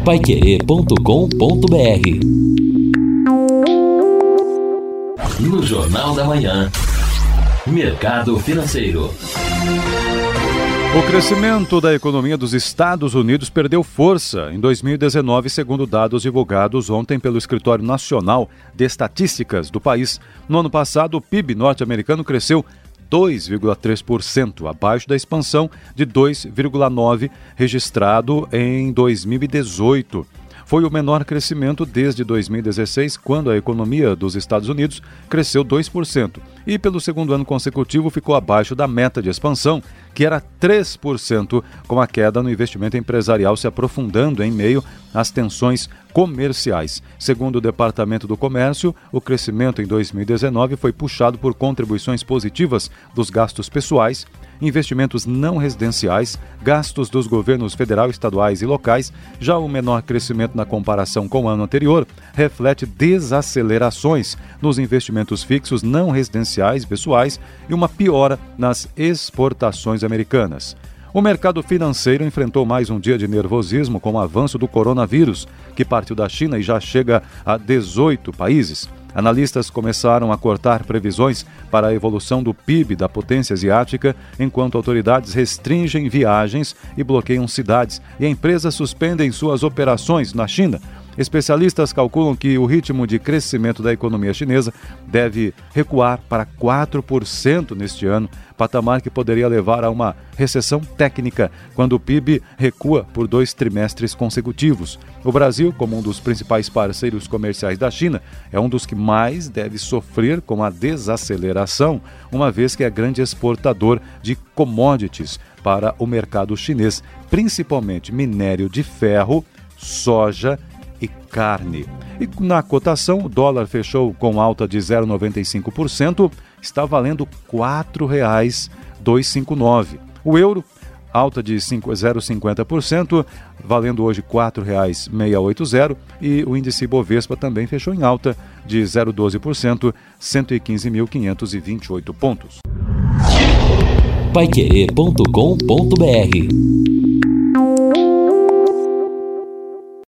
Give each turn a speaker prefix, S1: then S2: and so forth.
S1: paiquerê.com.br. No Jornal da Manhã, Mercado Financeiro.
S2: O crescimento da economia dos Estados Unidos perdeu força em 2019, segundo dados divulgados ontem pelo Escritório Nacional de Estatísticas do país. No ano passado, o PIB norte-americano cresceu 2,3%, abaixo da expansão de 2,9% registrado em 2018. Foi o menor crescimento desde 2016, quando a economia dos Estados Unidos cresceu 2%, e pelo segundo ano consecutivo ficou abaixo da meta de expansão, que era 3%, com a queda no investimento empresarial se aprofundando em meio às tensões comerciais. Segundo o Departamento do Comércio, o crescimento em 2019 foi puxado por contribuições positivas dos gastos pessoais, investimentos não residenciais, gastos dos governos federal, estaduais e locais. Já o menor crescimento na comparação com o ano anterior reflete desacelerações nos investimentos fixos não residenciais e pessoais e uma piora nas exportações americanas. O mercado financeiro enfrentou mais um dia de nervosismo com o avanço do coronavírus, que partiu da China e já chega a 18 países. Analistas começaram a cortar previsões para a evolução do PIB da potência asiática, enquanto autoridades restringem viagens e bloqueiam cidades, e empresas suspendem suas operações na China. Especialistas calculam que o ritmo de crescimento da economia chinesa deve recuar para 4% neste ano, patamar que poderia levar a uma recessão técnica quando o PIB recua por 2 trimestres consecutivos. O Brasil, como um dos principais parceiros comerciais da China, é um dos que mais deve sofrer com a desaceleração, uma vez que é grande exportador de commodities para o mercado chinês, principalmente minério de ferro, soja e carne. E na cotação, o dólar fechou com alta de 0,95%, está valendo R$ 4,259. O euro, alta de 0,50%, valendo hoje R$ 4,680, e o índice Bovespa também fechou em alta de 0,12%, 115.528 pontos.
S1: paiquerê.com.br